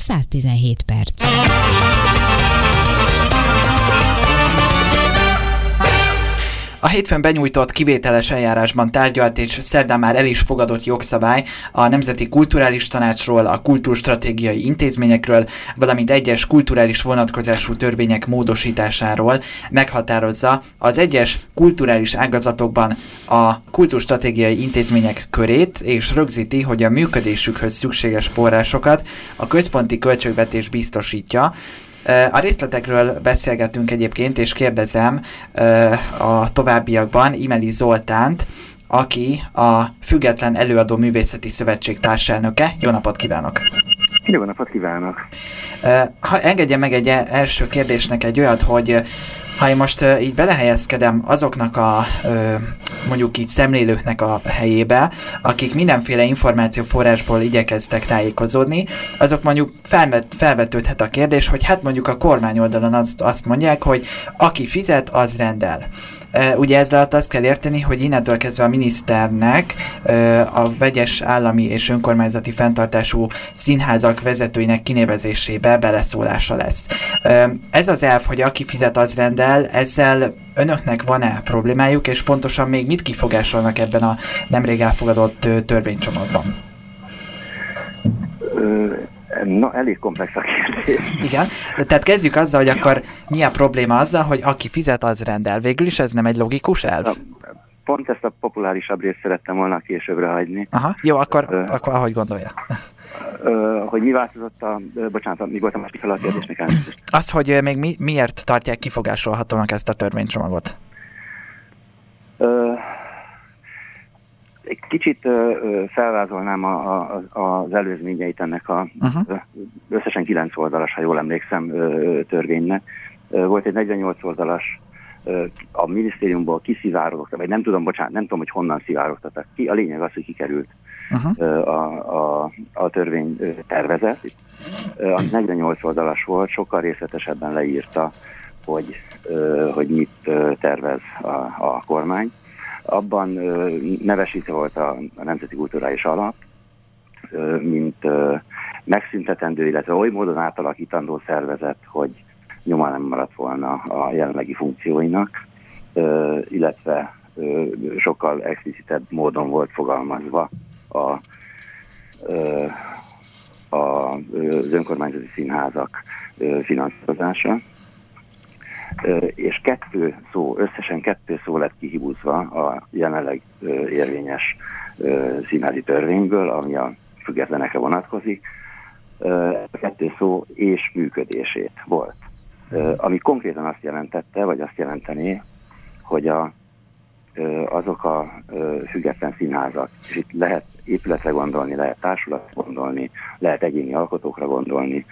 117 perc. A hétfőn benyújtott kivételes eljárásban tárgyalt és szerdán már el is fogadott jogszabály a Nemzeti Kulturális Tanácsról, a kultúrstratégiai intézményekről, valamint egyes kulturális vonatkozású törvények módosításáról meghatározza az egyes kulturális ágazatokban a kultúrstratégiai intézmények körét, és rögzíti, hogy a működésükhöz szükséges forrásokat a központi költségvetés biztosítja. A részletekről beszélgetünk egyébként, és kérdezem a továbbiakban Imeli Zoltánt, aki a Független Előadó Művészeti Szövetség társelnöke. Jó napot kívánok! Jó napot kívánok! Ha engedje meg egy első kérdésnek egy olyat, hogy ha én most így belehelyezkedem azoknak a mondjuk így szemlélőknek a helyébe, akik mindenféle információforrásból igyekeztek tájékozódni, azok mondjuk felvetődhet a kérdés, hogy hát mondjuk a kormány oldalon azt mondják, hogy aki fizet, az rendel. Ugye ez alatt azt kell érteni, hogy innentől kezdve a miniszternek a vegyes állami és önkormányzati fenntartású színházak vezetőinek kinevezésébe beleszólása lesz. Ez az elv, hogy aki fizet, az rendel, ezzel önöknek van-e problémájuk, és pontosan még mit kifogásolnak ebben a nemrég elfogadott törvénycsomagban? Na, elég komplex a kérdés. Igen, tehát kezdjük azzal, hogy akkor mi a probléma azzal, hogy aki fizet, az rendel. Végül is ez nem egy logikus elv? Pont ezt a populárisabb részt szerettem volna későbbre hagyni. Aha, jó, akkor ahogy gondolja. Hogy mi változott bocsánat, mi volt a másik fel a kérdésnek elnézést? Az, hogy még miért tartják kifogásolhatónak ezt a törvénycsomagot? Egy kicsit felvázolnám az előzményeit ennek a összesen 9 oldalas, ha jól emlékszem, törvénynek. Volt egy 48 oldalas, a minisztériumból kiszivárogtak, vagy nem tudom, hogy honnan szivárogtattak ki. A lényeg az, hogy kikerült a törvény tervezet. A 48 oldalas volt, sokkal részletesebben leírta, hogy mit tervez a kormány. Abban nevesítve volt a Nemzeti Kulturális Alap, mint megszüntetendő, illetve oly módon átalakítandó szervezet, hogy nyoma nem maradt volna a jelenlegi funkcióinak, illetve sokkal explicitebb módon volt fogalmazva az önkormányzati színházak finanszírozása. És összesen kettő szó lett kihibúzva a jelenleg érvényes színházi törvényből, ami a függetlenekre vonatkozik. Kettő szó és működését volt. Ami konkrétan azt jelentette, vagy azt jelentené, hogy azok a független színházak, és itt lehet épületre gondolni, lehet társulatra gondolni, lehet egyéni alkotókra gondolni,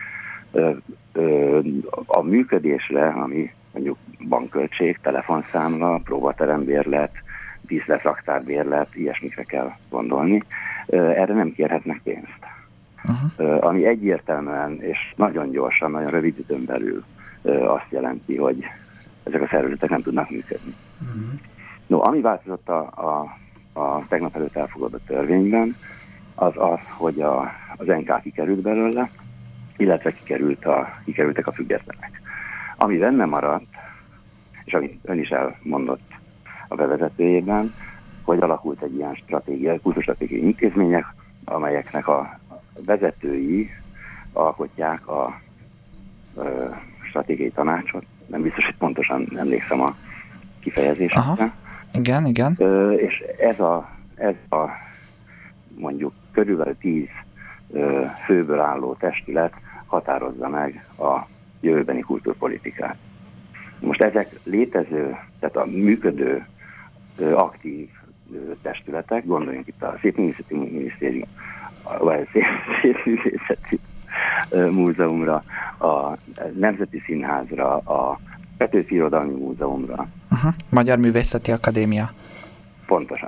a működésre, ami mondjuk bankköltség, telefonszámla, próbaterembérlet, díszletracktarbérlet, ilyesmikre kell gondolni. Erre nem kérhetnek pénzt. Ami egyértelműen és nagyon gyorsan, nagyon rövid időn belül azt jelenti, hogy ezek a szervezetek nem tudnak működni. No, ami változott a tegnap előtt elfogadott törvényben, az, hogy az NK kikerült belőle, illetve kikerültek a függetlenek. Ami benne maradt, és amit ön is elmondott a bevezetőjében, hogy alakult egy ilyen kultúrstratégiai intézmények, amelyeknek a vezetői alkotják a stratégiai tanácsot. Nem biztos, hogy pontosan emlékszem a kifejezésre. Aha. Igen. És ez a mondjuk körülbelül 10 főből álló testület határozza meg a jövőbeni kultúrpolitikát. Most ezek létező, tehát a működő, aktív testületek, gondoljunk itt a Szépművészeti Minisztérium, vagy a Szépművészeti Múzeumra, a Nemzeti Színházra, a Petőfi Irodalmi Múzeumra. Magyar Művészeti Akadémia. Pontosan.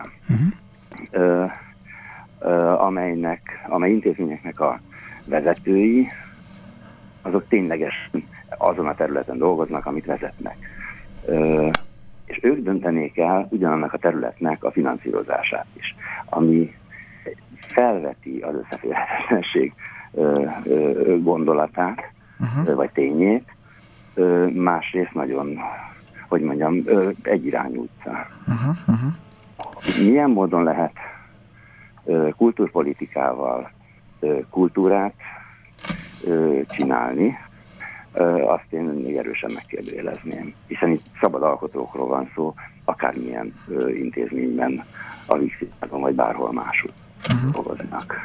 Amely intézményeknek a vezetői, azok ténylegesen azon a területen dolgoznak, amit vezetnek. És ők döntenék el ugyanannak a területnek a finanszírozását is, ami felveti az összeférhetetlenség gondolatát, vagy tényét, másrészt nagyon, hogy mondjam, egyirányú utca. Milyen módon lehet kultúrpolitikával kultúrát csinálni, azt én még erősen megkérdőjelezném. Hiszen itt szabad alkotókról van szó, akármilyen intézményben, a Vígszínházban vagy bárhol máshol dolgoznak.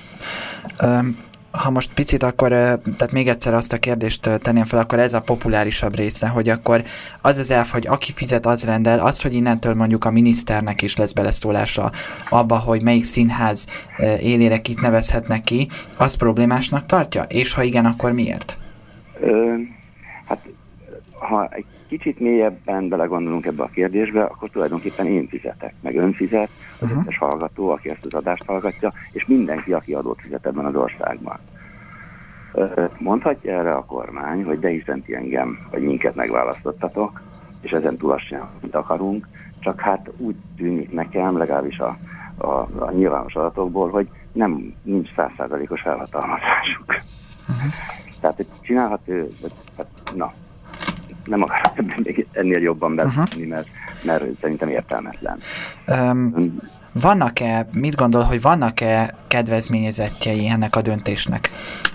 Ha most picit akkor, tehát még egyszer azt a kérdést tenném fel, akkor ez a populárisabb része, hogy akkor az elv, hogy aki fizet, az rendel, az, hogy innentől mondjuk a miniszternek is lesz beleszólása abba, hogy melyik színház élére kit nevezhetnek ki, az problémásnak tartja? És ha igen, akkor miért? Hát, ha egy kicsit mélyebben belegondolunk ebbe a kérdésbe, akkor tulajdonképpen én fizetek, meg ön fizet, az összes hallgató, aki ezt az adást hallgatja, és mindenki, aki adót fizet ebben az országban. Mondhatja erre a kormány, hogy de hiszen ti engem, vagy minket megválasztottatok, és ezen túl azt csinálunk, amit akarunk, csak hát úgy tűnik nekem, legalábbis a nyilvános adatokból, hogy nincs 100%-os felhatalmazásuk. Tehát csinálhat ő, hát, nem akarok ennél jobban beszélni, mert szerintem értelmetlen. Vannak-e, mit gondol, hogy vannak-e kedvezményezettjei ennek a döntésnek?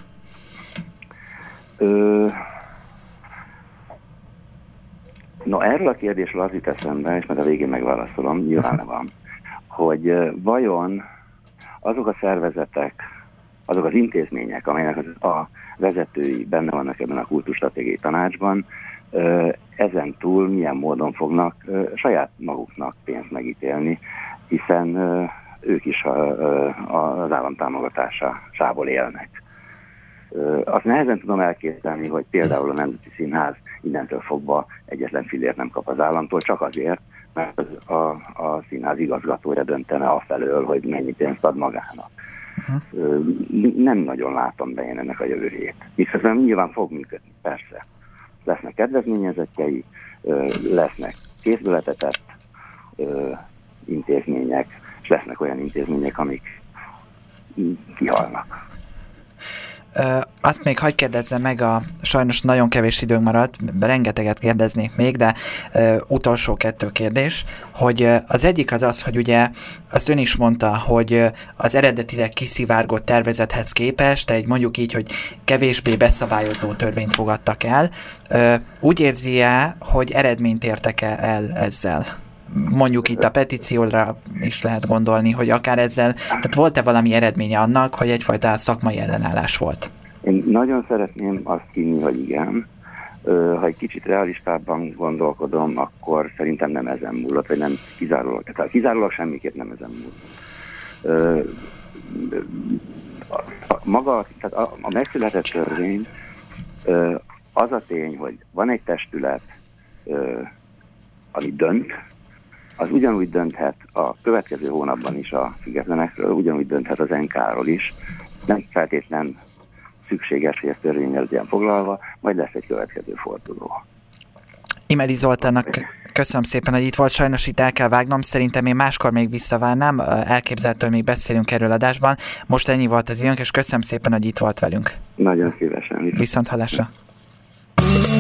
Erről a kérdésről az jut eszembe, és majd a végén megválaszolom, nyilván nem van, hogy vajon azok a szervezetek, azok az intézmények, amelynek a vezetői benne vannak ebben a kultúrstratégiai tanácsban, ezen túl milyen módon fognak saját maguknak pénzt megítélni, hiszen ők is az állam támogatásából élnek. Azt nehezen tudom elképzelni, hogy például a Nemzeti Színház innentől fogva egyetlen fillért nem kap az államtól, csak azért, mert a színház igazgatója döntene afelől, hogy mennyi pénzt ad magának. Nem nagyon látom be én ennek a jövőjét. Hiszen nyilván fog működni, persze. Lesznek kedvezményezettjei, lesznek kézből etetett intézmények, és lesznek olyan intézmények, amik kihalnak. Azt még hadd kérdezzem meg, sajnos nagyon kevés időnk maradt, rengeteget kérdeznék még, de utolsó 2 kérdés, hogy az egyik az, hogy ugye azt ön is mondta, hogy az eredetileg kiszivárgott tervezethez képest egy mondjuk így, hogy kevésbé beszabályozó törvényt fogadtak el. Úgy érzi-e, hogy eredményt értek el ezzel? Mondjuk itt a petícióra is lehet gondolni, hogy akár ezzel, tehát volt-e valami eredménye annak, hogy egyfajta szakmai ellenállás volt? Én nagyon szeretném azt hinni, hogy igen. Ha egy kicsit realistában gondolkodom, akkor szerintem nem ezen múlott, vagy nem kizárólag. Tehát kizárólag semmiképp nem ezen múlott. Tehát a megszületett törvény az a tény, hogy van egy testület, ami dönt, az ugyanúgy dönthet a következő hónapban is a függetlenekről, ugyanúgy dönthet az NK-ról is. Nem feltétlen szükséges, hogy ez törvényel legyen foglalva, majd lesz egy következő forduló. Imedi Zoltánnak köszönöm szépen, hogy itt volt, sajnos itt el kell vágnom, szerintem én máskor még visszavárnám, elképzelhető, hogy még beszélünk erről adásban. Most ennyi volt az időnk, és köszönöm szépen, hogy itt volt velünk. Nagyon szívesen. Viszonthallásra.